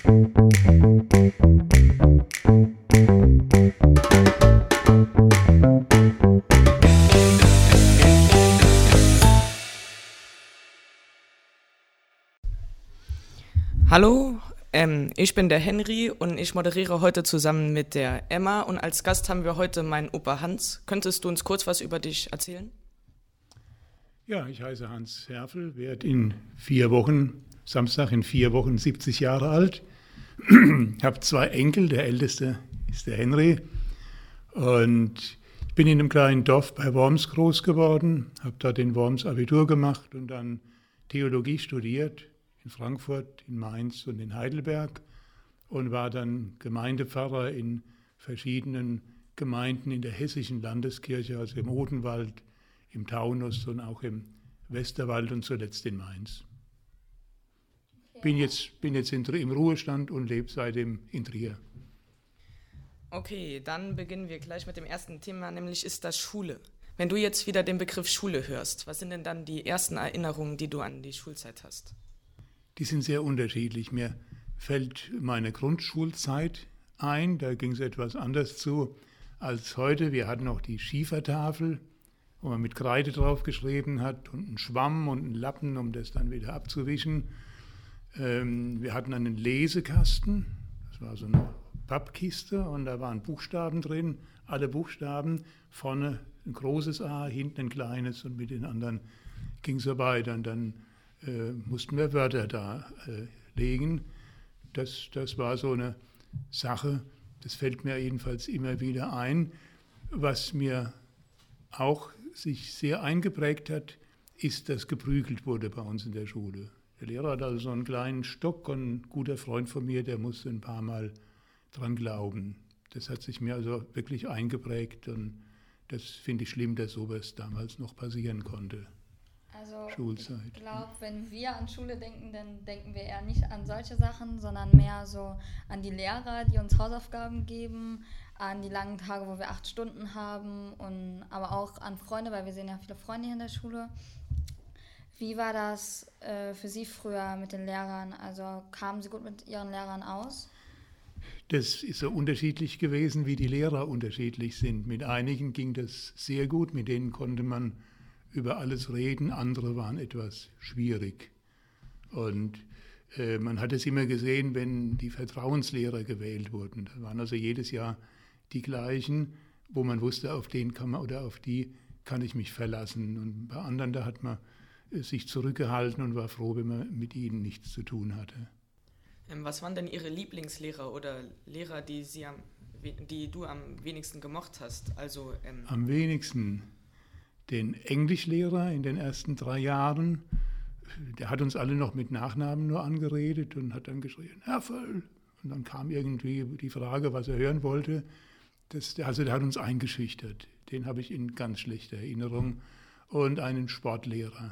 Hallo, ich bin der Henry und ich moderiere heute zusammen mit der Emma und als Gast haben wir heute meinen Opa Hans. Könntest du uns kurz was über dich erzählen? Ja, ich heiße Hans Herfel, werde in 4 Wochen, Samstag in 4 Wochen 70 Jahre alt. Habe 2 Enkel, der älteste ist der Henry und ich bin in einem kleinen Dorf bei Worms groß geworden, habe dort in Worms Abitur gemacht und dann Theologie studiert. In Frankfurt, in Mainz und in Heidelberg und war dann Gemeindepfarrer in verschiedenen Gemeinden in der hessischen Landeskirche, also im Odenwald, im Taunus und auch im Westerwald und zuletzt in Mainz. Bin jetzt im Ruhestand und lebe seitdem in Trier. Okay, dann beginnen wir gleich mit dem ersten Thema, nämlich ist das Schule. Wenn du jetzt wieder den Begriff Schule hörst, was sind denn dann die ersten Erinnerungen, die du an die Schulzeit hast? Die sind sehr unterschiedlich. Mir fällt meine Grundschulzeit ein, da ging es etwas anders zu als heute. Wir hatten noch die Schiefertafel, wo man mit Kreide drauf geschrieben hat und einen Schwamm und einen Lappen, um das dann wieder abzuwischen. Wir hatten einen Lesekasten, das war so eine Pappkiste und da waren Buchstaben drin, alle Buchstaben, vorne ein großes A, hinten ein kleines und mit den anderen ging es so weiter. Und dann mussten wir Wörter da legen. Das war so eine Sache, das fällt mir jedenfalls immer wieder ein. Was mir auch sich sehr eingeprägt hat, ist, dass geprügelt wurde bei uns in der Schule. Der Lehrer hat also so einen kleinen Stock und ein guter Freund von mir, der musste ein paar Mal dran glauben. Das hat sich mir also wirklich eingeprägt und das finde ich schlimm, dass sowas damals noch passieren konnte. Also Schulzeit. Ich glaube, wenn wir an Schule denken, dann denken wir eher nicht an solche Sachen, sondern mehr so an die Lehrer, die uns Hausaufgaben geben, an die langen Tage, wo wir 8 Stunden haben und aber auch an Freunde, weil wir sehen ja viele Freunde hier in der Schule. Wie war das für Sie früher mit den Lehrern? Also kamen Sie gut mit Ihren Lehrern aus? Das ist so unterschiedlich gewesen, wie die Lehrer unterschiedlich sind. Mit einigen ging das sehr gut, mit denen konnte man über alles reden, andere waren etwas schwierig. Und man hat es immer gesehen, wenn die Vertrauenslehrer gewählt wurden. Da waren also jedes Jahr die gleichen, wo man wusste, auf den kann man oder auf die kann ich mich verlassen. Und bei anderen, da hat man sich zurückgehalten und war froh, wenn man mit ihnen nichts zu tun hatte. Was waren denn Ihre Lieblingslehrer oder Lehrer, die du am wenigsten gemocht hast? Also, Am wenigsten den Englischlehrer in den ersten 3 Jahren. Der hat uns alle noch mit Nachnamen nur angeredet und hat dann geschrien, Herfel. Und dann kam irgendwie die Frage, was er hören wollte. Der hat uns eingeschüchtert. Den habe ich in ganz schlechter Erinnerung. Und einen Sportlehrer.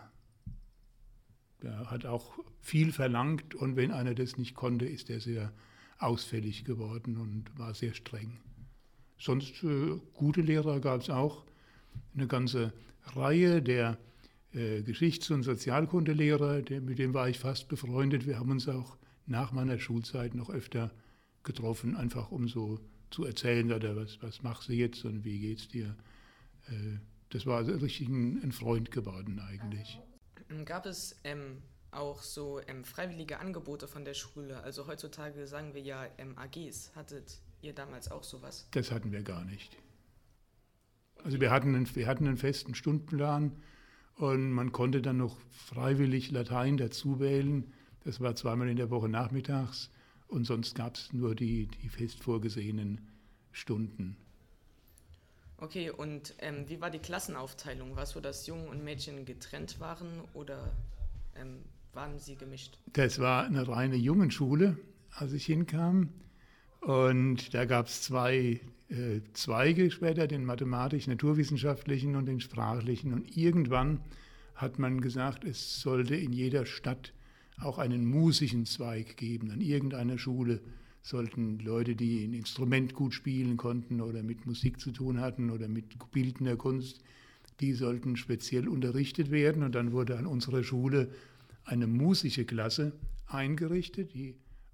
Der hat auch viel verlangt und wenn einer das nicht konnte, ist er sehr ausfällig geworden und war sehr streng. Sonst gute Lehrer gab es auch. Eine ganze Reihe der Geschichts- und Sozialkundelehrer, mit dem war ich fast befreundet. Wir haben uns auch nach meiner Schulzeit noch öfter getroffen, einfach um so zu erzählen, was machst du jetzt und wie geht's dir. Das war richtig ein Freund geworden eigentlich. Gab es auch so freiwillige Angebote von der Schule? Also heutzutage sagen wir ja AGs. Hattet ihr damals auch sowas? Das hatten wir gar nicht. Also wir hatten einen festen Stundenplan und man konnte dann noch freiwillig Latein dazu wählen. Das war 2-mal in der Woche nachmittags und sonst gab es nur die fest vorgesehenen Stunden. Okay, und wie war die Klassenaufteilung? War es so, dass Jungen und Mädchen getrennt waren oder waren sie gemischt? Das war eine reine Jungenschule, als ich hinkam. Und da gab es 2 Zweige später, den mathematisch-naturwissenschaftlichen und den sprachlichen. Und irgendwann hat man gesagt, es sollte in jeder Stadt auch einen musischen Zweig geben. An irgendeiner Schule sollten Leute, die ein Instrument gut spielen konnten oder mit Musik zu tun hatten oder mit bildender Kunst, die sollten speziell unterrichtet werden. Und dann wurde an unserer Schule eine musische Klasse eingerichtet, die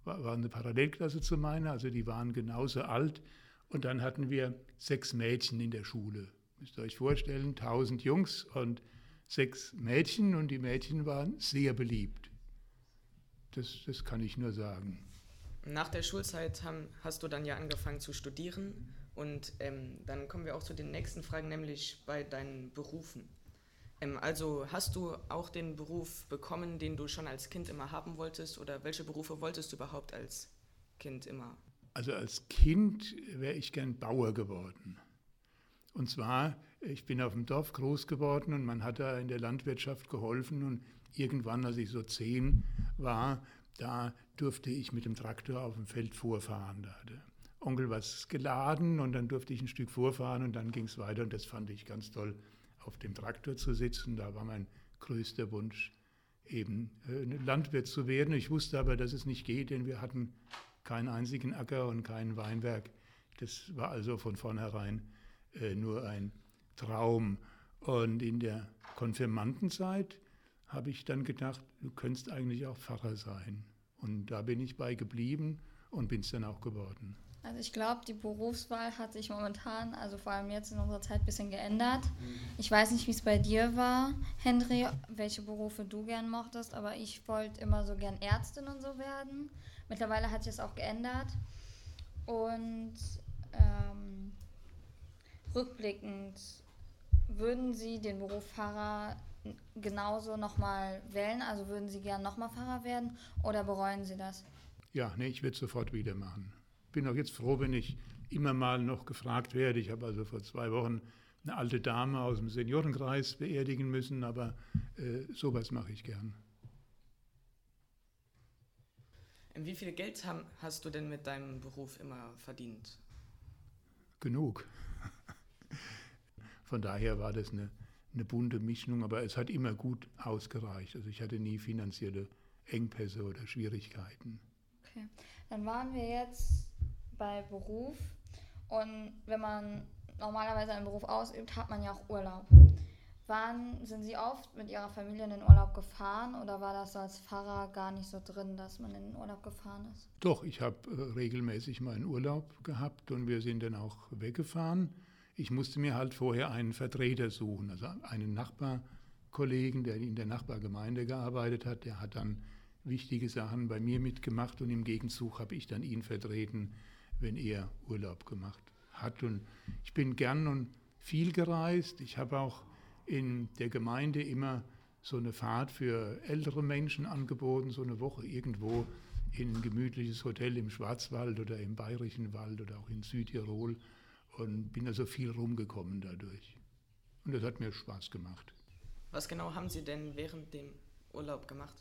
war eine Parallelklasse zu meiner, also die waren genauso alt. Und dann hatten wir 6 Mädchen in der Schule. Müsst ihr euch vorstellen, 1000 Jungs und 6 Mädchen, und die Mädchen waren sehr beliebt. Das kann ich nur sagen. Nach der Schulzeit hast du dann ja angefangen zu studieren, und dann kommen wir auch zu den nächsten Fragen, nämlich bei deinen Berufen. Also hast du auch den Beruf bekommen, den du schon als Kind immer haben wolltest, oder welche Berufe wolltest du überhaupt als Kind immer? Also als Kind wäre ich gern Bauer geworden. Und zwar, ich bin auf dem Dorf groß geworden und man hat da in der Landwirtschaft geholfen, und irgendwann, als ich so 10 war, da durfte ich mit dem Traktor auf dem Feld vorfahren. Da hatte Onkel was geladen und dann durfte ich ein Stück vorfahren und dann ging es weiter, und das fand ich ganz toll, auf dem Traktor zu sitzen. Da war mein größter Wunsch, eben Landwirt zu werden. Ich wusste aber, dass es nicht geht, denn wir hatten keinen einzigen Acker und kein Weinberg. Das war also von vornherein nur ein Traum. Und in der Konfirmandenzeit habe ich dann gedacht, du könntest eigentlich auch Pfarrer sein. Und da bin ich bei geblieben und bin es dann auch geworden. Also ich glaube, die Berufswahl hat sich momentan, also vor allem jetzt in unserer Zeit, ein bisschen geändert. Ich weiß nicht, wie es bei dir war, Henry, welche Berufe du gern mochtest, aber ich wollte immer so gern Ärztin und so werden. Mittlerweile hat sich das auch geändert. Und rückblickend, würden Sie den Beruf Pfarrer genauso nochmal wählen? Also würden Sie gern nochmal Pfarrer werden oder bereuen Sie das? Ja, nee, ich würde es sofort wieder machen. Bin auch jetzt froh, wenn ich immer mal noch gefragt werde. Ich habe also vor 2 Wochen eine alte Dame aus dem Seniorenkreis beerdigen müssen, aber sowas mache ich gern. Wie viel Geld hast du denn mit deinem Beruf immer verdient? Genug. Von daher war das eine bunte Mischung, aber es hat immer gut ausgereicht. Also ich hatte nie finanzielle Engpässe oder Schwierigkeiten. Okay, dann waren wir jetzt bei Beruf, und wenn man normalerweise einen Beruf ausübt, hat man ja auch Urlaub. Wann sind Sie oft mit Ihrer Familie in den Urlaub gefahren, oder war das so als Pfarrer gar nicht so drin, dass man in den Urlaub gefahren ist? Doch, ich habe regelmäßig meinen Urlaub gehabt und wir sind dann auch weggefahren. Ich musste mir halt vorher einen Vertreter suchen, also einen Nachbarkollegen, der in der Nachbargemeinde gearbeitet hat, der hat dann wichtige Sachen bei mir mitgemacht, und im Gegenzug habe ich dann ihn vertreten, wenn er Urlaub gemacht hat. Und ich bin gern und viel gereist. Ich habe auch in der Gemeinde immer so eine Fahrt für ältere Menschen angeboten, so eine Woche irgendwo in ein gemütliches Hotel im Schwarzwald oder im Bayerischen Wald oder auch in Südtirol, und bin also viel rumgekommen dadurch. Und das hat mir Spaß gemacht. Was genau haben Sie denn während dem Urlaub gemacht?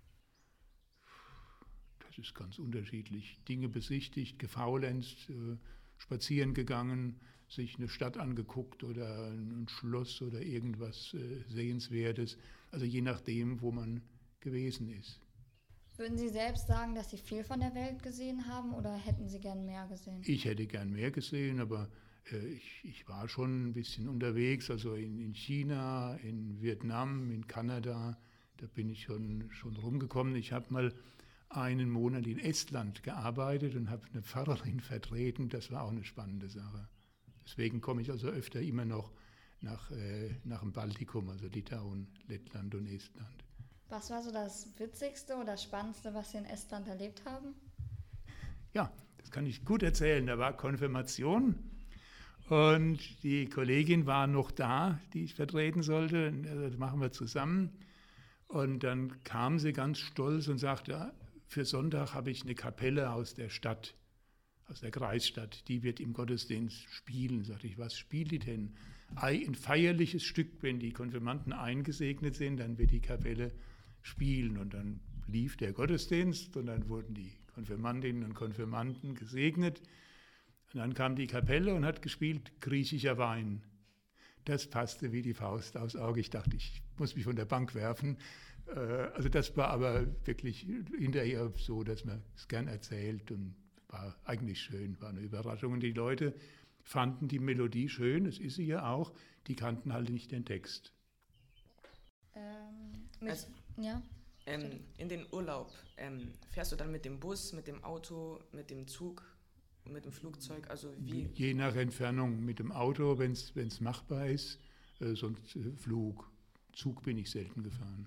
Das ist ganz unterschiedlich. Dinge besichtigt, gefaulenzt, spazieren gegangen, sich eine Stadt angeguckt oder ein Schloss oder irgendwas Sehenswertes. Also je nachdem, wo man gewesen ist. Würden Sie selbst sagen, dass Sie viel von der Welt gesehen haben, oder hätten Sie gern mehr gesehen? Ich hätte gern mehr gesehen, aber ich war schon ein bisschen unterwegs, also in China, in Vietnam, in Kanada, da bin ich schon rumgekommen. Ich habe mal einen Monat in Estland gearbeitet und habe eine Pfarrerin vertreten, das war auch eine spannende Sache. Deswegen komme ich also öfter immer noch nach dem Baltikum, also Litauen, Lettland und Estland. Was war so das Witzigste oder Spannendste, was Sie in Estland erlebt haben? Ja, das kann ich gut erzählen. Da war Konfirmation und die Kollegin war noch da, die ich vertreten sollte. Das machen wir zusammen. Und dann kam sie ganz stolz und sagte, für Sonntag habe ich eine Kapelle aus der Stadt, aus der Kreisstadt, die wird im Gottesdienst spielen. Sagte ich, was spielt die denn? Ein feierliches Stück, wenn die Konfirmanden eingesegnet sind, dann wird die Kapelle spielen. Und dann lief der Gottesdienst und dann wurden die Konfirmandinnen und Konfirmanden gesegnet. Und dann kam die Kapelle und hat gespielt griechischer Wein. Das passte wie die Faust aufs Auge. Ich dachte, ich muss mich von der Bank werfen. Also das war aber wirklich hinterher so, dass man es gern erzählt und war eigentlich schön, war eine Überraschung. Und die Leute fanden die Melodie schön, das ist sie ja auch, die kannten halt nicht den Text. Ja. In den Urlaub, fährst du dann mit dem Bus, mit dem Auto, mit dem Zug, mit dem Flugzeug? Also wie? Je nach Entfernung mit dem Auto, wenn es machbar ist, sonst Flug. Zug bin ich selten gefahren.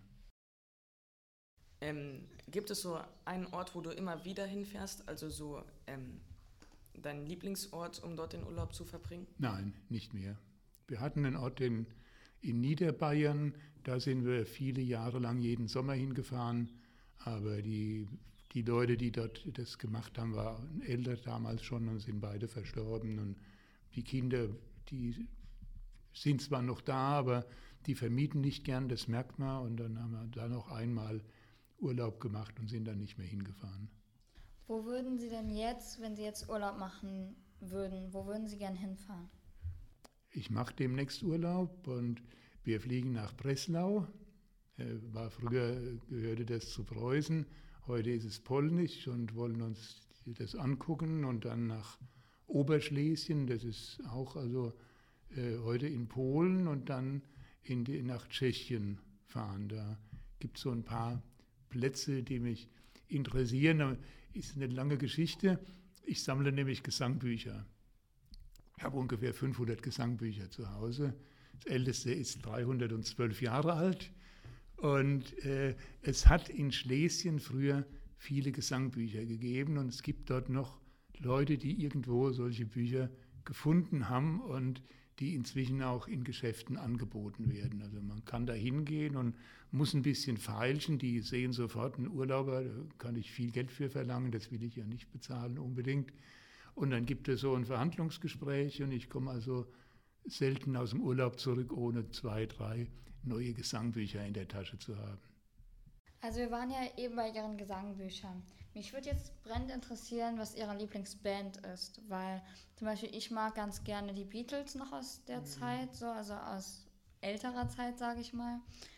Gibt es so einen Ort, wo du immer wieder hinfährst, also so dein Lieblingsort, um dort den Urlaub zu verbringen? Nein, nicht mehr. Wir hatten einen Ort in Niederbayern, da sind wir viele Jahre lang jeden Sommer hingefahren, aber die Leute, die dort das gemacht haben, waren älter damals schon und sind beide verstorben und die Kinder, die sind zwar noch da, aber die vermieten nicht gern, das merkt man und dann haben wir da noch einmal Urlaub gemacht und sind dann nicht mehr hingefahren. Wo würden Sie denn jetzt, wenn Sie jetzt Urlaub machen würden, wo würden Sie gern hinfahren? Ich mache demnächst Urlaub und wir fliegen nach Breslau. Früher gehörte das zu Preußen, heute ist es polnisch und wollen uns das angucken und dann nach Oberschlesien, das ist auch also heute in Polen und dann nach Tschechien fahren. Da gibt es so ein paar Plätze, die mich interessieren. Das ist eine lange Geschichte. Ich sammle nämlich Gesangbücher. Ich habe ungefähr 500 Gesangbücher zu Hause. Das älteste ist 312 Jahre alt. Und es hat in Schlesien früher viele Gesangbücher gegeben. Und es gibt dort noch Leute, die irgendwo solche Bücher gefunden haben und die inzwischen auch in Geschäften angeboten werden. Also man kann da hingehen und muss ein bisschen feilschen. Die sehen sofort einen Urlauber, da kann ich viel Geld für verlangen, das will ich ja nicht bezahlen unbedingt. Und dann gibt es so ein Verhandlungsgespräch und ich komme also selten aus dem Urlaub zurück, ohne 2, 3 neue Gesangbücher in der Tasche zu haben. Also wir waren ja eben bei Ihren Gesangbüchern. Mich würde jetzt brennend interessieren, was Ihre Lieblingsband ist, weil zum Beispiel ich mag ganz gerne die Beatles noch aus der Zeit, so, also aus älterer Zeit, sage ich mal.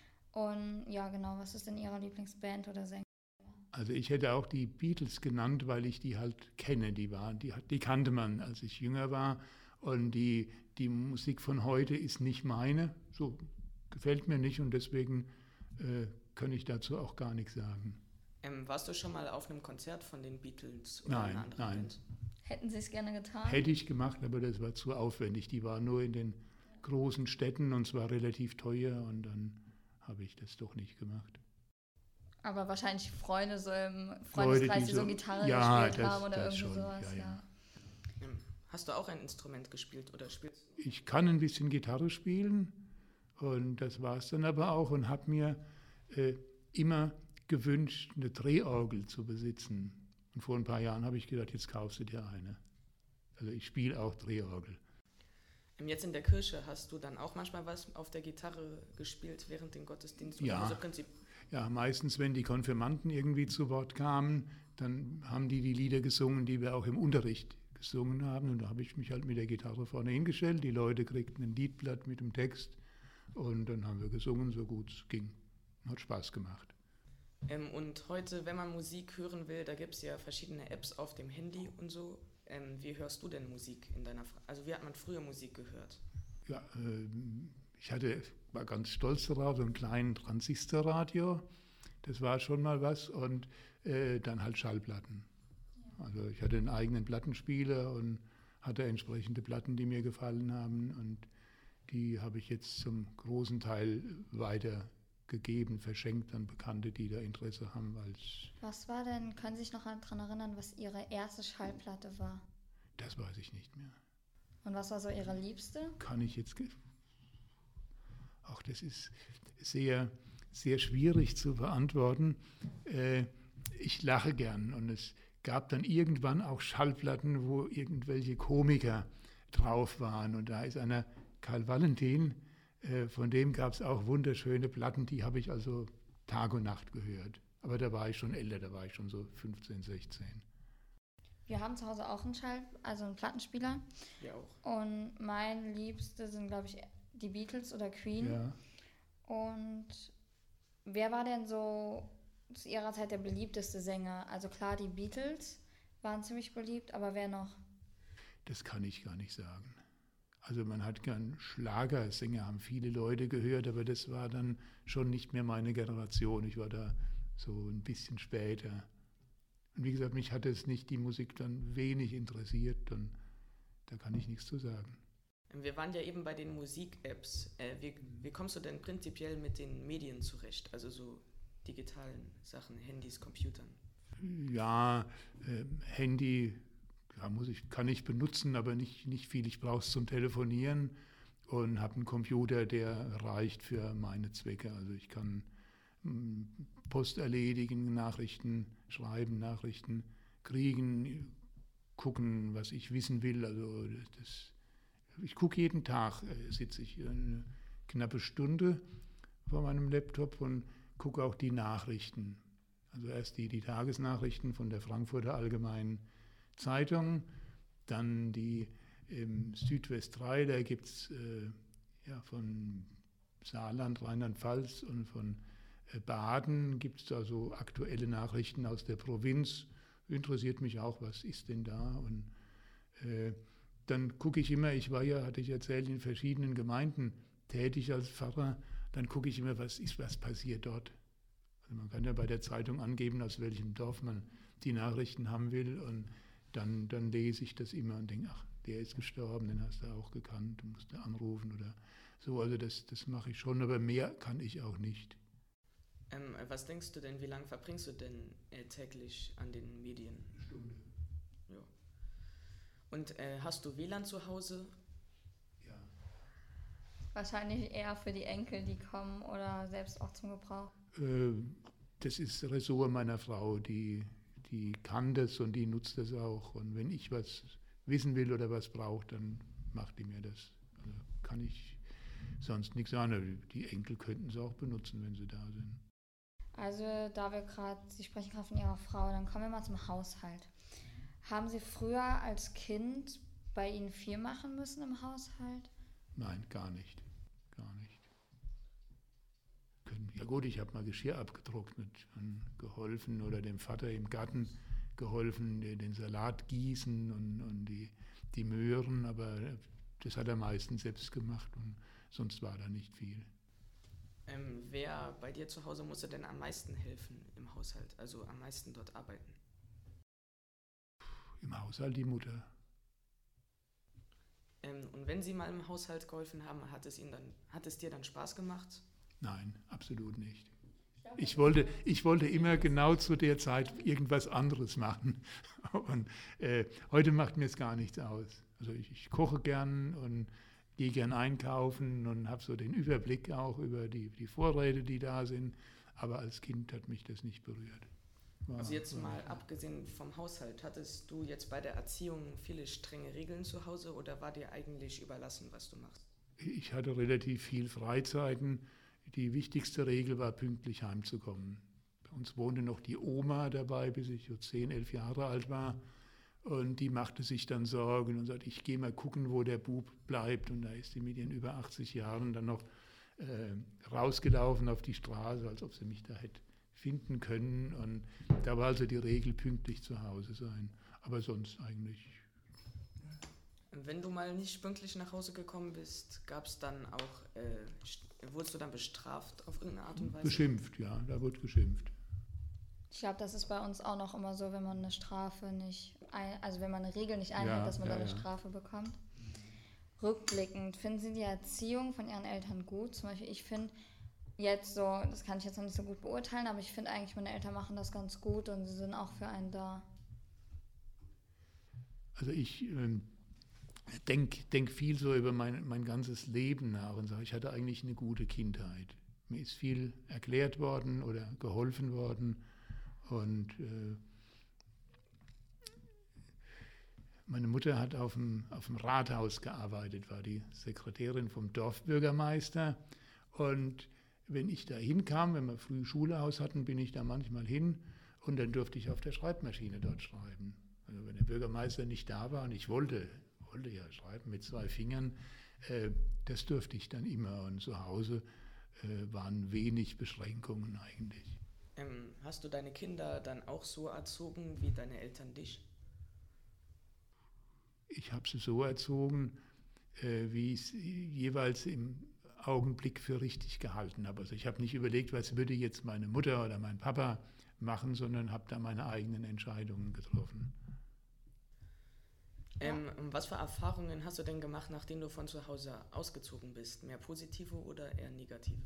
Und ja, genau, was ist denn Ihre Lieblingsband oder Sänger? Also ich hätte auch die Beatles genannt, weil ich die halt kenne. Die kannte man, als ich jünger war. Und die Musik von heute ist nicht meine. So gefällt mir nicht und deswegen kann ich dazu auch gar nichts sagen. Warst du schon mal auf einem Konzert von den Beatles oder einer anderen Band? Hätten Sie es gerne getan? Hätte ich gemacht, aber das war zu aufwendig. Die waren nur in den großen Städten und zwar relativ teuer und dann habe ich das doch nicht gemacht. Aber wahrscheinlich Freunde so im Freundeskreis, die so Gitarre gespielt haben oder irgendwie schon, sowas. Ja. Hast du auch ein Instrument gespielt oder spielst du? Ich kann ein bisschen Gitarre spielen und das war es dann aber auch und habe mir immer gewünscht, eine Drehorgel zu besitzen. Und vor ein paar Jahren habe ich gedacht, jetzt kaufst du dir eine. Also ich spiele auch Drehorgel. Jetzt in der Kirche hast du dann auch manchmal was auf der Gitarre gespielt während dem Gottesdienst? Ja, ja, meistens, wenn die Konfirmanden irgendwie zu Wort kamen, dann haben die Lieder gesungen, die wir auch im Unterricht gesungen haben. Und da habe ich mich halt mit der Gitarre vorne hingestellt. Die Leute kriegten ein Liedblatt mit dem Text und dann haben wir gesungen, so gut es ging. Hat Spaß gemacht. Und heute, wenn man Musik hören will, da gibt es ja verschiedene Apps auf dem Handy und so. Wie hörst du denn Musik in deiner Also wie hat man früher Musik gehört? Ja, war ganz stolz darauf, so einen kleinen Transistorradio. Das war schon mal was. Und dann halt Schallplatten. Also ich hatte einen eigenen Plattenspieler und hatte entsprechende Platten, die mir gefallen haben. Und die habe ich jetzt zum großen Teil weitergegeben, verschenkt an Bekannte, die da Interesse haben. Was war denn, können Sie sich noch daran erinnern, was Ihre erste Schallplatte war? Das weiß ich nicht mehr. Und was war so Ihre liebste? Kann ich jetzt... Auch das ist sehr, sehr schwierig zu beantworten. Ich lache gern und es gab dann irgendwann auch Schallplatten, wo irgendwelche Komiker drauf waren. Und da ist einer, Karl Valentin, von dem gab es auch wunderschöne Platten, die habe ich also Tag und Nacht gehört. Aber da war ich schon älter, da war ich schon so 15, 16. Wir haben zu Hause auch einen Plattenspieler. Ja auch. Und mein Liebste sind, glaube ich, die Beatles oder Queen. Ja. Und wer war denn so zu ihrer Zeit der beliebteste Sänger? Also klar, die Beatles waren ziemlich beliebt, aber wer noch? Das kann ich gar nicht sagen. Also man hat gern Schlagersänger, haben viele Leute gehört, aber das war dann schon nicht mehr meine Generation. Ich war da so ein bisschen später. Und wie gesagt, mich hat es nicht, die Musik dann wenig interessiert und da kann ich nichts zu sagen. Wir waren ja eben bei den Musik-Apps. Wie kommst du denn prinzipiell mit den Medien zurecht? Also so digitalen Sachen, Handys, Computern? Ja, Handy ja, kann ich benutzen, aber nicht viel. Ich brauche es zum Telefonieren und habe einen Computer, der reicht für meine Zwecke. Also ich kann Post erledigen, Nachrichten schreiben, Nachrichten kriegen, gucken, was ich wissen will. Also ich gucke jeden Tag, sitze ich eine knappe Stunde vor meinem Laptop und gucke auch die Nachrichten. Also erst die Tagesnachrichten von der Frankfurter Allgemeinen Zeitung, dann die Südwest 3, da gibt es von Saarland, Rheinland-Pfalz und von Baden gibt es da so aktuelle Nachrichten aus der Provinz. Interessiert mich auch, was ist denn da? Und dann gucke ich immer, hatte ich erzählt, in verschiedenen Gemeinden tätig als Pfarrer, dann gucke ich immer, was passiert dort. Also man kann ja bei der Zeitung angeben, aus welchem Dorf man die Nachrichten haben will und dann lese ich das immer und denke, ach, der ist gestorben, den hast du auch gekannt, du musst anrufen oder so. Also das mache ich schon, aber mehr kann ich auch nicht. Was denkst du denn, wie lange verbringst du denn täglich an den Medien? Eine Stunde. Ja. Und hast du WLAN zu Hause? Ja. Wahrscheinlich eher für die Enkel, die kommen oder selbst auch zum Gebrauch. Das ist Ressort meiner Frau, die kann das und die nutzt das auch. Und wenn ich was wissen will oder was brauche, dann macht die mir das. Also kann ich sonst nichts sagen. Die Enkel könnten es auch benutzen, wenn sie da sind. Also Sie sprechen gerade von Ihrer Frau, dann kommen wir mal zum Haushalt. Haben Sie früher als Kind bei Ihnen viel machen müssen im Haushalt? Nein, gar nicht. Gar nicht. Ja gut, ich habe mal Geschirr abgetrocknet und geholfen oder dem Vater im Garten geholfen, den Salat gießen und die Möhren, aber das hat er meistens selbst gemacht und sonst war da nicht viel. Wer bei dir zu Hause musste denn am meisten helfen im Haushalt, also am meisten dort arbeiten? Im Haushalt die Mutter. Und wenn sie mal im Haushalt geholfen haben, hat es dir dann Spaß gemacht? Nein, absolut nicht. Ich wollte immer genau zu der Zeit irgendwas anderes machen. Und heute macht mir es gar nichts aus. Also ich koche gern und gehe gern einkaufen und habe so den Überblick auch über die Vorräte, die da sind. Aber als Kind hat mich das nicht berührt. Also jetzt mal abgesehen vom Haushalt, hattest du jetzt bei der Erziehung viele strenge Regeln zu Hause oder war dir eigentlich überlassen, was du machst? Ich hatte relativ viel Freizeiten. Die wichtigste Regel war, pünktlich heimzukommen. Bei uns wohnte noch die Oma dabei, bis ich so 10, 11 Jahre alt war. Und die machte sich dann Sorgen und sagte, ich gehe mal gucken, wo der Bub bleibt. Und da ist sie mit ihren über 80 Jahren dann noch rausgelaufen auf die Straße, als ob sie mich da hätte finden können. Und da war also die Regel, pünktlich zu Hause sein. Aber sonst eigentlich. Wenn du mal nicht pünktlich nach Hause gekommen bist, wurdest du dann bestraft auf irgendeine Art und Weise? Beschimpft, ja, da wurde geschimpft. Ich glaube, das ist bei uns auch noch immer so, wenn man eine Strafe wenn man eine Regel nicht einhält, dass man dann eine Strafe bekommt. Rückblickend, finden Sie die Erziehung von Ihren Eltern gut? Zum Beispiel, ich finde jetzt so, das kann ich jetzt noch nicht so gut beurteilen, aber ich finde eigentlich, meine Eltern machen das ganz gut und sie sind auch für einen da. Also ich denk viel so über mein ganzes Leben nach und sage, ich hatte eigentlich eine gute Kindheit. Mir ist viel erklärt worden oder geholfen worden und meine Mutter hat auf dem Rathaus gearbeitet, war die Sekretärin vom Dorfbürgermeister und wenn ich da hinkam, wenn wir früh Schule aus hatten, bin ich da manchmal hin und dann durfte ich auf der Schreibmaschine dort schreiben. Also wenn der Bürgermeister nicht da war und ich wollte ja schreiben mit 2 Fingern, das durfte ich dann immer und zu Hause waren wenig Beschränkungen eigentlich. Hast du deine Kinder dann auch so erzogen wie deine Eltern dich? Ich habe sie so erzogen, wie ich es jeweils im Augenblick für richtig gehalten habe. Also ich habe nicht überlegt, was würde jetzt meine Mutter oder mein Papa machen, sondern habe da meine eigenen Entscheidungen getroffen. Was für Erfahrungen hast du denn gemacht, nachdem du von zu Hause ausgezogen bist? Mehr positive oder eher negative?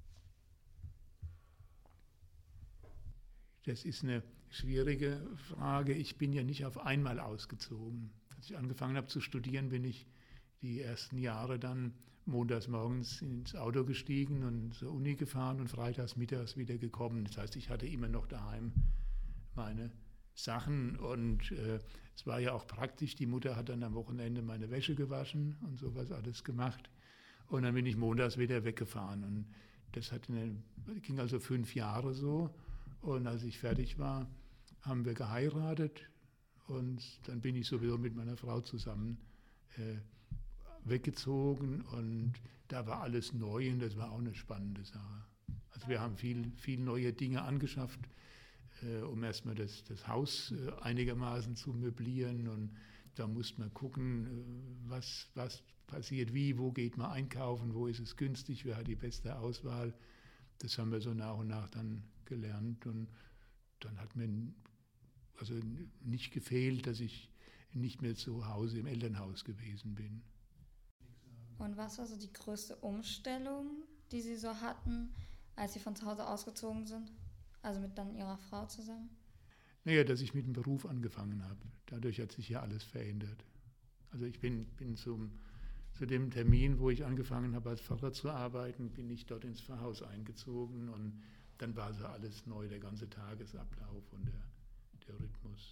Das ist eine schwierige Frage. Ich bin ja nicht auf einmal ausgezogen. Als ich angefangen habe zu studieren, bin ich die ersten Jahre dann montags morgens ins Auto gestiegen und zur Uni gefahren und freitags mittags wieder gekommen. Das heißt, ich hatte immer noch daheim meine Sachen und es war ja auch praktisch. Die Mutter hat dann am Wochenende meine Wäsche gewaschen und sowas alles gemacht. Und dann bin ich montags wieder weggefahren. Und das ging also 5 Jahre so. Und als ich fertig war, haben wir geheiratet. Und dann bin ich sowieso mit meiner Frau zusammen weggezogen. Und da war alles neu und das war auch eine spannende Sache. Also wir haben viel neue Dinge angeschafft, um erstmal das Haus einigermaßen zu möblieren. Und da musste man gucken, was passiert wo geht man einkaufen, wo ist es günstig, wer hat die beste Auswahl. Das haben wir so nach und nach dann gelernt. Und dann hat mir also nicht gefehlt, dass ich nicht mehr zu Hause im Elternhaus gewesen bin. Und was war so die größte Umstellung, die Sie so hatten, als Sie von zu Hause ausgezogen sind? Also mit dann Ihrer Frau zusammen? Naja, dass ich mit dem Beruf angefangen habe. Dadurch hat sich ja alles verändert. Also ich bin zu dem Termin, wo ich angefangen habe, als Pfarrer zu arbeiten, bin ich dort ins Pfarrhaus eingezogen und dann war so alles neu, der ganze Tagesablauf und der Rhythmus.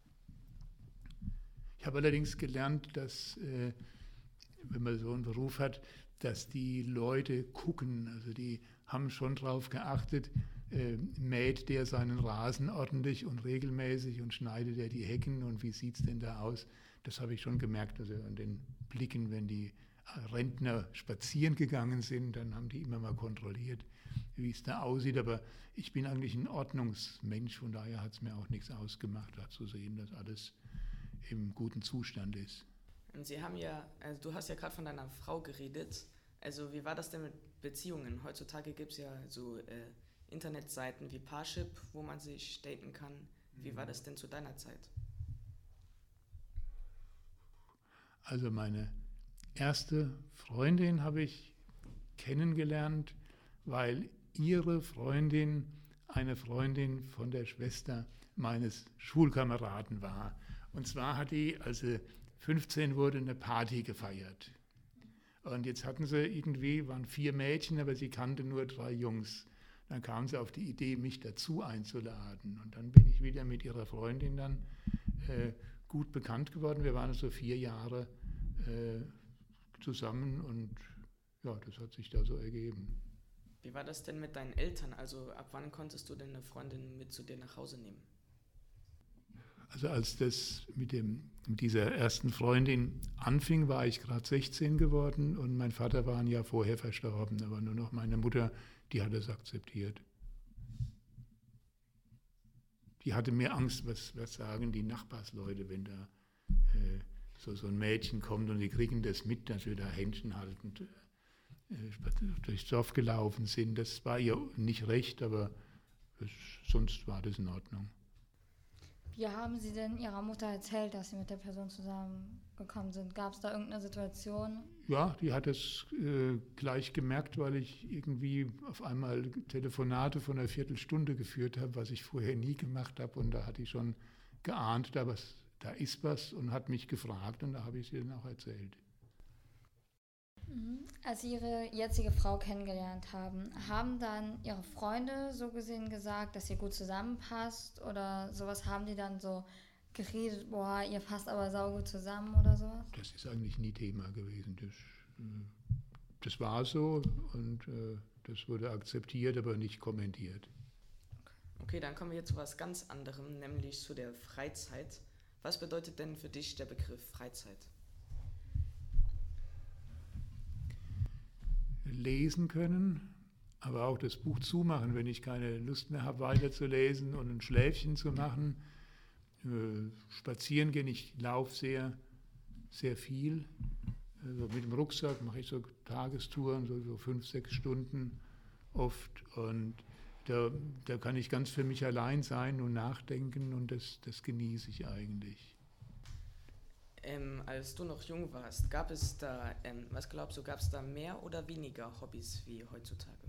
Ich habe allerdings gelernt, dass, wenn man so einen Beruf hat, dass die Leute gucken, also die haben schon darauf geachtet, mäht der seinen Rasen ordentlich und regelmäßig und schneidet er die Hecken und wie sieht es denn da aus? Das habe ich schon gemerkt, also an den Blicken, wenn die Rentner spazieren gegangen sind, dann haben die immer mal kontrolliert, wie es da aussieht. Aber ich bin eigentlich ein Ordnungsmensch, von daher hat es mir auch nichts ausgemacht, da zu sehen, dass alles im guten Zustand ist. Und Sie haben ja, also du hast ja gerade von deiner Frau geredet. Also wie war das denn mit Beziehungen? Heutzutage gibt es ja so Internetseiten wie Parship, wo man sich daten kann. Wie war das denn zu deiner Zeit? Also meine erste Freundin habe ich kennengelernt, weil ihre Freundin eine Freundin von der Schwester meines Schulkameraden war. Und zwar hat die, als sie 15 wurde, eine Party gefeiert. Und jetzt hatten sie waren 4 Mädchen, aber sie kannte nur 3 Jungs. Dann kam sie auf die Idee, mich dazu einzuladen. Und dann bin ich wieder mit ihrer Freundin dann gut bekannt geworden. Wir waren also 4 Jahre zusammen und ja, das hat sich da so ergeben. Wie war das denn mit deinen Eltern? Also ab wann konntest du denn eine Freundin mit zu dir nach Hause nehmen? Also als das mit dieser ersten Freundin anfing, war ich gerade 16 geworden und mein Vater war ein Jahr vorher verstorben. Da war nur noch meine Mutter, die hat es akzeptiert. Die hatte mehr Angst, was sagen die Nachbarsleute, wenn da so ein Mädchen kommt und die kriegen das mit, dass wir da Händchen haltend durchs Dorf gelaufen sind. Das war ihr nicht recht, aber sonst war das in Ordnung. Wie haben Sie denn Ihrer Mutter erzählt, dass Sie mit der Person zusammengekommen sind? Gab es da irgendeine Situation? Ja, die hat es gleich gemerkt, weil ich irgendwie auf einmal Telefonate von einer Viertelstunde geführt habe, was ich vorher nie gemacht habe. Und da hat die schon geahnt, da ist was und hat mich gefragt und da habe ich sie dann auch erzählt. Als Sie Ihre jetzige Frau kennengelernt haben, haben dann Ihre Freunde so gesehen gesagt, dass ihr gut zusammenpasst oder sowas? Haben die dann so geredet, boah, ihr passt aber saugut zusammen oder sowas? Das ist eigentlich nie Thema gewesen. Das war so und das wurde akzeptiert, aber nicht kommentiert. Okay, dann kommen wir jetzt zu was ganz anderem, nämlich zu der Freizeit. Was bedeutet denn für dich der Begriff Freizeit? Lesen können, aber auch das Buch zumachen, wenn ich keine Lust mehr habe, weiterzulesen und ein Schläfchen zu machen. Spazieren gehen, ich laufe sehr, sehr viel. Also mit dem Rucksack mache ich so Tagestouren, so 5, 6 Stunden oft. Und da kann ich ganz für mich allein sein und nachdenken und das genieße ich eigentlich. Als du noch jung warst, gab es da, was glaubst du, gab es da mehr oder weniger Hobbys wie heutzutage?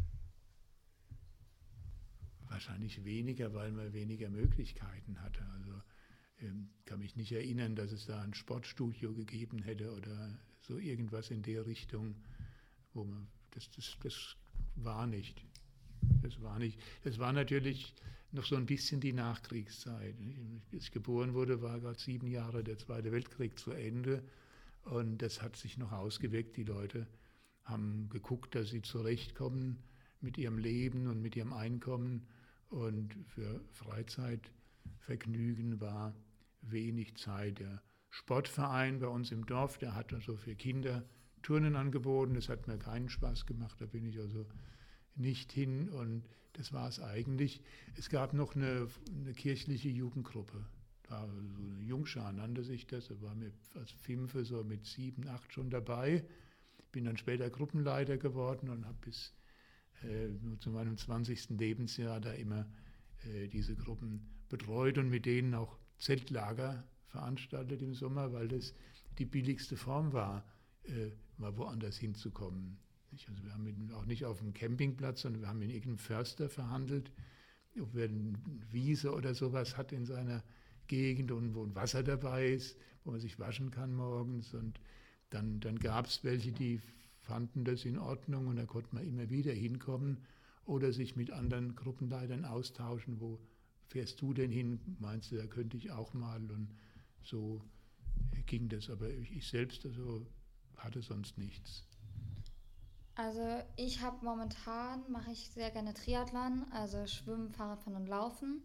Wahrscheinlich weniger, weil man weniger Möglichkeiten hatte. Also kann mich nicht erinnern, dass es da ein Sportstudio gegeben hätte oder so irgendwas in der Richtung, wo man das war nicht. Das war nicht. Das war natürlich noch so ein bisschen die Nachkriegszeit. Als ich geboren wurde, war gerade 7 Jahre der Zweite Weltkrieg zu Ende und das hat sich noch ausgewirkt. Die Leute haben geguckt, dass sie zurechtkommen mit ihrem Leben und mit ihrem Einkommen und für Freizeitvergnügen war wenig Zeit. Der Sportverein bei uns im Dorf, der hat also für Kinder Turnen angeboten. Das hat mir keinen Spaß gemacht, da bin ich also nicht hin und das war es eigentlich. Es gab noch eine kirchliche Jugendgruppe, da so eine Jungschar nannte sich das, da war mir als Fünfe so mit 7, 8 schon dabei. Bin dann später Gruppenleiter geworden und habe bis zu meinem 20. Lebensjahr da immer diese Gruppen betreut und mit denen auch Zeltlager veranstaltet im Sommer, weil das die billigste Form war, mal woanders hinzukommen. Also wir haben auch nicht auf dem Campingplatz, sondern wir haben mit irgendeinem Förster verhandelt, ob er eine Wiese oder sowas hat in seiner Gegend und wo ein Wasser dabei ist, wo man sich waschen kann morgens. Und dann gab es welche, die fanden das in Ordnung und da konnte man immer wieder hinkommen oder sich mit anderen Gruppenleitern austauschen. Wo fährst du denn hin? Meinst du, da könnte ich auch mal? Und so ging das. Aber ich selbst also hatte sonst nichts. Also ich habe mache ich sehr gerne Triathlon, also Schwimmen, Fahrradfahren und Laufen.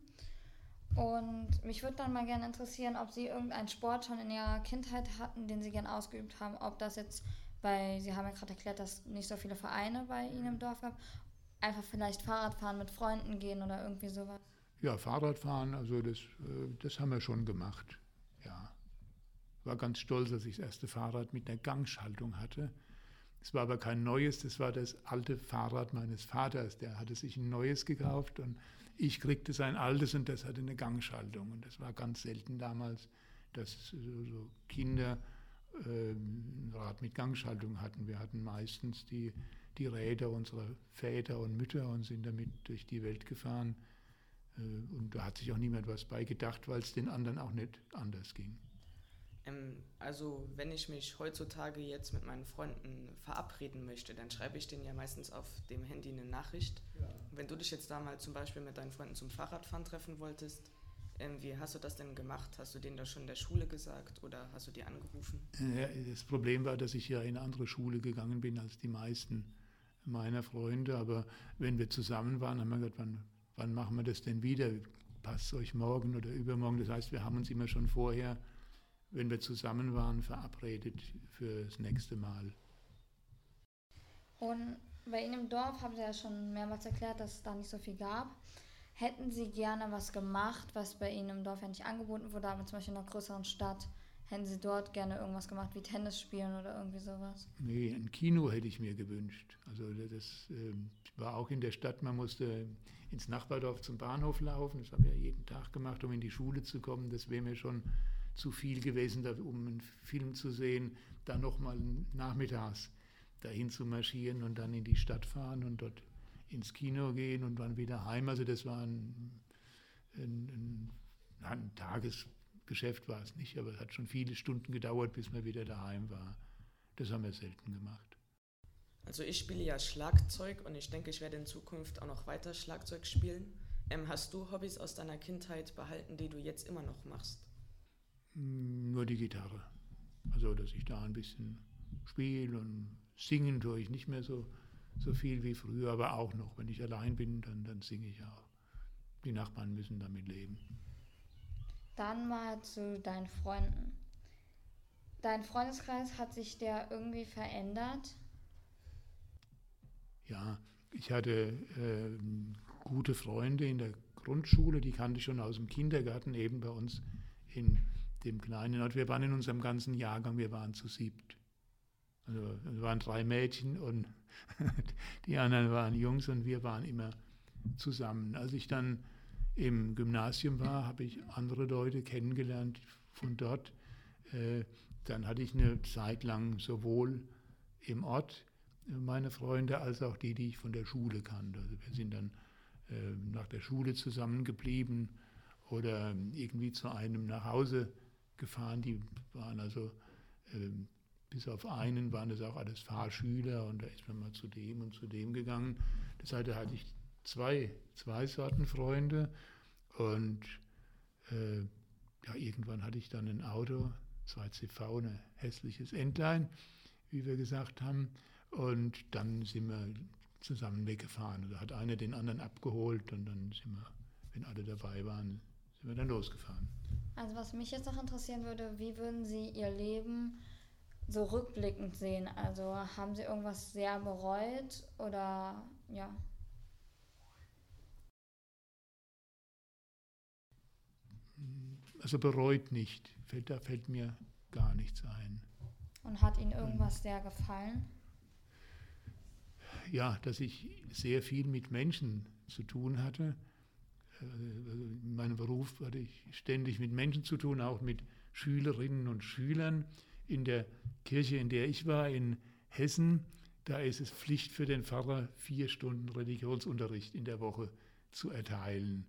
Und mich würde dann mal gerne interessieren, ob Sie irgendeinen Sport schon in Ihrer Kindheit hatten, den Sie gerne ausgeübt haben. Ob das jetzt, weil Sie haben ja gerade erklärt, dass nicht so viele Vereine bei Ihnen im Dorf gab, einfach vielleicht Fahrradfahren mit Freunden gehen oder irgendwie sowas. Ja, Fahrradfahren, also das haben wir schon gemacht, ja. War ganz stolz, dass ich das erste Fahrrad mit einer Gangschaltung hatte. Es war aber kein neues, das war das alte Fahrrad meines Vaters. Der hatte sich ein neues gekauft und ich kriegte sein altes und das hatte eine Gangschaltung. Und das war ganz selten damals, dass so Kinder ein Rad mit Gangschaltung hatten. Wir hatten meistens die Räder unserer Väter und Mütter und sind damit durch die Welt gefahren. Und da hat sich auch niemand was bei gedacht, weil es den anderen auch nicht anders ging. Also wenn ich mich heutzutage jetzt mit meinen Freunden verabreden möchte, dann schreibe ich denen ja meistens auf dem Handy eine Nachricht. Ja. Wenn du dich jetzt da mal zum Beispiel mit deinen Freunden zum Fahrradfahren treffen wolltest, wie hast du das denn gemacht? Hast du denen das schon in der Schule gesagt oder hast du die angerufen? Ja, das Problem war, dass ich ja in eine andere Schule gegangen bin als die meisten meiner Freunde. Aber wenn wir zusammen waren, haben wir gesagt, wann machen wir das denn wieder? Passt es euch morgen oder übermorgen? Das heißt, wir haben uns immer schon vorher, wenn wir zusammen waren, verabredet für das nächste Mal. Und bei Ihnen im Dorf haben Sie ja schon mehrmals erklärt, dass es da nicht so viel gab. Hätten Sie gerne was gemacht, was bei Ihnen im Dorf ja nicht angeboten wurde, aber zum Beispiel in einer größeren Stadt, hätten Sie dort gerne irgendwas gemacht, wie Tennis spielen oder irgendwie sowas? Nee, ein Kino hätte ich mir gewünscht. Also das war auch in der Stadt, man musste ins Nachbardorf zum Bahnhof laufen, das haben wir ja jeden Tag gemacht, um in die Schule zu kommen. Das wäre mir schon zu viel gewesen, um einen Film zu sehen, dann nochmal nachmittags dahin zu marschieren und dann in die Stadt fahren und dort ins Kino gehen und dann wieder heim. Also das war ein Tagesgeschäft war es nicht, aber es hat schon viele Stunden gedauert, bis man wieder daheim war. Das haben wir selten gemacht. Also ich spiele ja Schlagzeug und ich denke, ich werde in Zukunft auch noch weiter Schlagzeug spielen. Hast du Hobbys aus deiner Kindheit behalten, die du jetzt immer noch machst? Nur die Gitarre. Also, dass ich da ein bisschen spiele und singen tue ich nicht mehr so viel wie früher, aber auch noch. Wenn ich allein bin, dann singe ich auch. Die Nachbarn müssen damit leben. Dann mal zu deinen Freunden. Dein Freundeskreis, hat sich der irgendwie verändert? Ja, ich hatte gute Freunde in der Grundschule, die kannte ich schon aus dem Kindergarten, eben bei uns in dem kleinen Ort. Wir waren in unserem ganzen Jahrgang, wir waren zu 7. Also es waren 3 Mädchen und die anderen waren Jungs und wir waren immer zusammen. Als ich dann im Gymnasium war, habe ich andere Leute kennengelernt von dort. Dann hatte ich eine Zeit lang sowohl im Ort meine Freunde als auch die ich von der Schule kannte. Also wir sind dann nach der Schule zusammengeblieben oder irgendwie zu einem nach Hause gefahren. Die waren also, bis auf einen waren das auch alles Fahrschüler und da ist man mal zu dem und zu dem gegangen. Das heißt, da hatte ich zwei Sorten Freunde und ja, irgendwann hatte ich dann ein Auto, 2CV, ein hässliches Entlein, wie wir gesagt haben, und dann sind wir zusammen weggefahren. Da hat einer den anderen abgeholt und dann sind wir, wenn alle dabei waren, sind wir dann losgefahren. Also was mich jetzt noch interessieren würde, wie würden Sie Ihr Leben so rückblickend sehen? Also haben Sie irgendwas sehr bereut oder ja? Also bereut nicht, da fällt mir gar nichts ein. Und hat Ihnen irgendwas sehr gefallen? Ja, dass ich sehr viel mit Menschen zu tun hatte. In meinem Beruf hatte ich ständig mit Menschen zu tun, auch mit Schülerinnen und Schülern. In der Kirche, in der ich war, in Hessen, da ist es Pflicht für den Pfarrer, 4 Stunden Religionsunterricht in der Woche zu erteilen.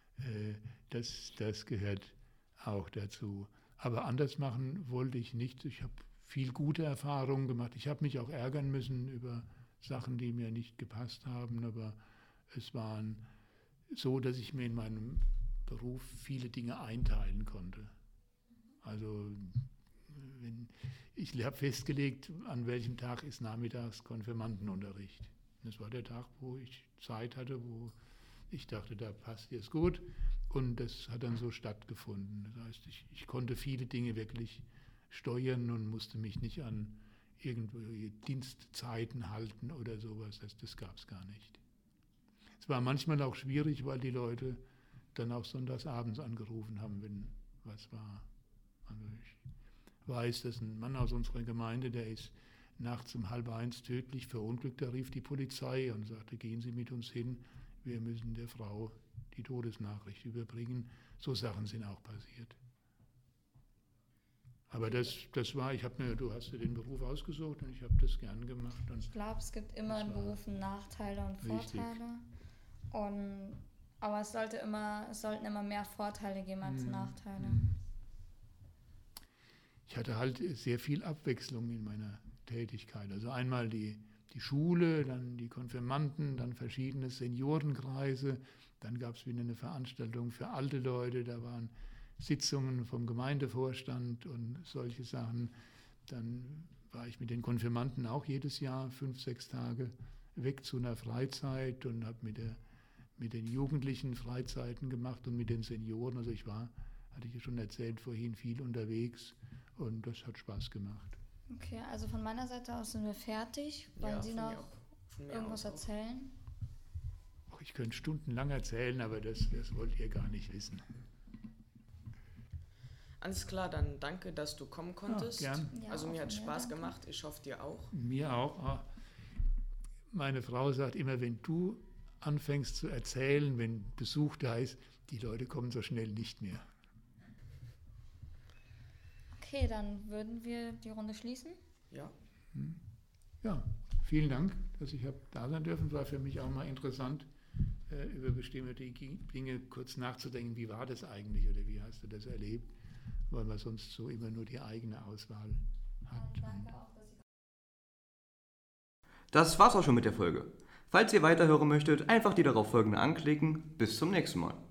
Das gehört auch dazu. Aber anders machen wollte ich nicht. Ich habe viel gute Erfahrungen gemacht. Ich habe mich auch ärgern müssen über Sachen, die mir nicht gepasst haben, aber es waren so, dass ich mir in meinem Beruf viele Dinge einteilen konnte. Also ich habe festgelegt, an welchem Tag ist nachmittags Konfirmandenunterricht. Das war der Tag, wo ich Zeit hatte, wo ich dachte, da passt jetzt gut. Und das hat dann so stattgefunden. Das heißt, ich konnte viele Dinge wirklich steuern und musste mich nicht an irgendwelche Dienstzeiten halten oder sowas. Das gab es gar nicht. Es war manchmal auch schwierig, weil die Leute dann auch sonntagsabends angerufen haben, wenn was war. Also ich weiß, dass ein Mann aus unserer Gemeinde, der ist nachts um 12:30 tödlich verunglückt. Da rief die Polizei und sagte, gehen Sie mit uns hin, wir müssen der Frau die Todesnachricht überbringen. So Sachen sind auch passiert. Aber das war, du hast dir den Beruf ausgesucht und ich habe das gern gemacht. Und ich glaube, es gibt immer in Berufen Nachteile und Vorteile. Aber es sollten immer mehr Vorteile geben als Nachteile. Ich hatte halt sehr viel Abwechslung in meiner Tätigkeit. Also einmal die Schule, dann die Konfirmanden, dann verschiedene Seniorenkreise. Dann gab es wieder eine Veranstaltung für alte Leute, da waren Sitzungen vom Gemeindevorstand und solche Sachen. Dann war ich mit den Konfirmanden auch jedes Jahr 5, 6 Tage weg zu einer Freizeit und habe mit den Jugendlichen Freizeiten gemacht und mit den Senioren. Also hatte ich ja schon erzählt vorhin, viel unterwegs und das hat Spaß gemacht. Okay, also von meiner Seite aus sind wir fertig. Wollen Sie noch irgendwas erzählen? Ich könnte stundenlang erzählen, aber das wollt ihr gar nicht wissen. Alles klar, dann danke, dass du kommen konntest. Ja, gern. Also mir hat Spaß gemacht, ich hoffe dir auch. Mir auch. Meine Frau sagt immer, wenn du anfängst zu erzählen, wenn Besuch da ist, die Leute kommen so schnell nicht mehr. Okay, dann würden wir die Runde schließen. Ja. Ja, vielen Dank, dass ich habe da sein dürfen. War für mich auch mal interessant, über bestimmte Dinge kurz nachzudenken. Wie war das eigentlich oder wie hast du das erlebt? Weil man sonst so immer nur die eigene Auswahl hat. Danke auch, dass Sie Das war's auch schon mit der Folge. Falls ihr weiterhören möchtet, einfach die darauf folgende anklicken. Bis zum nächsten Mal.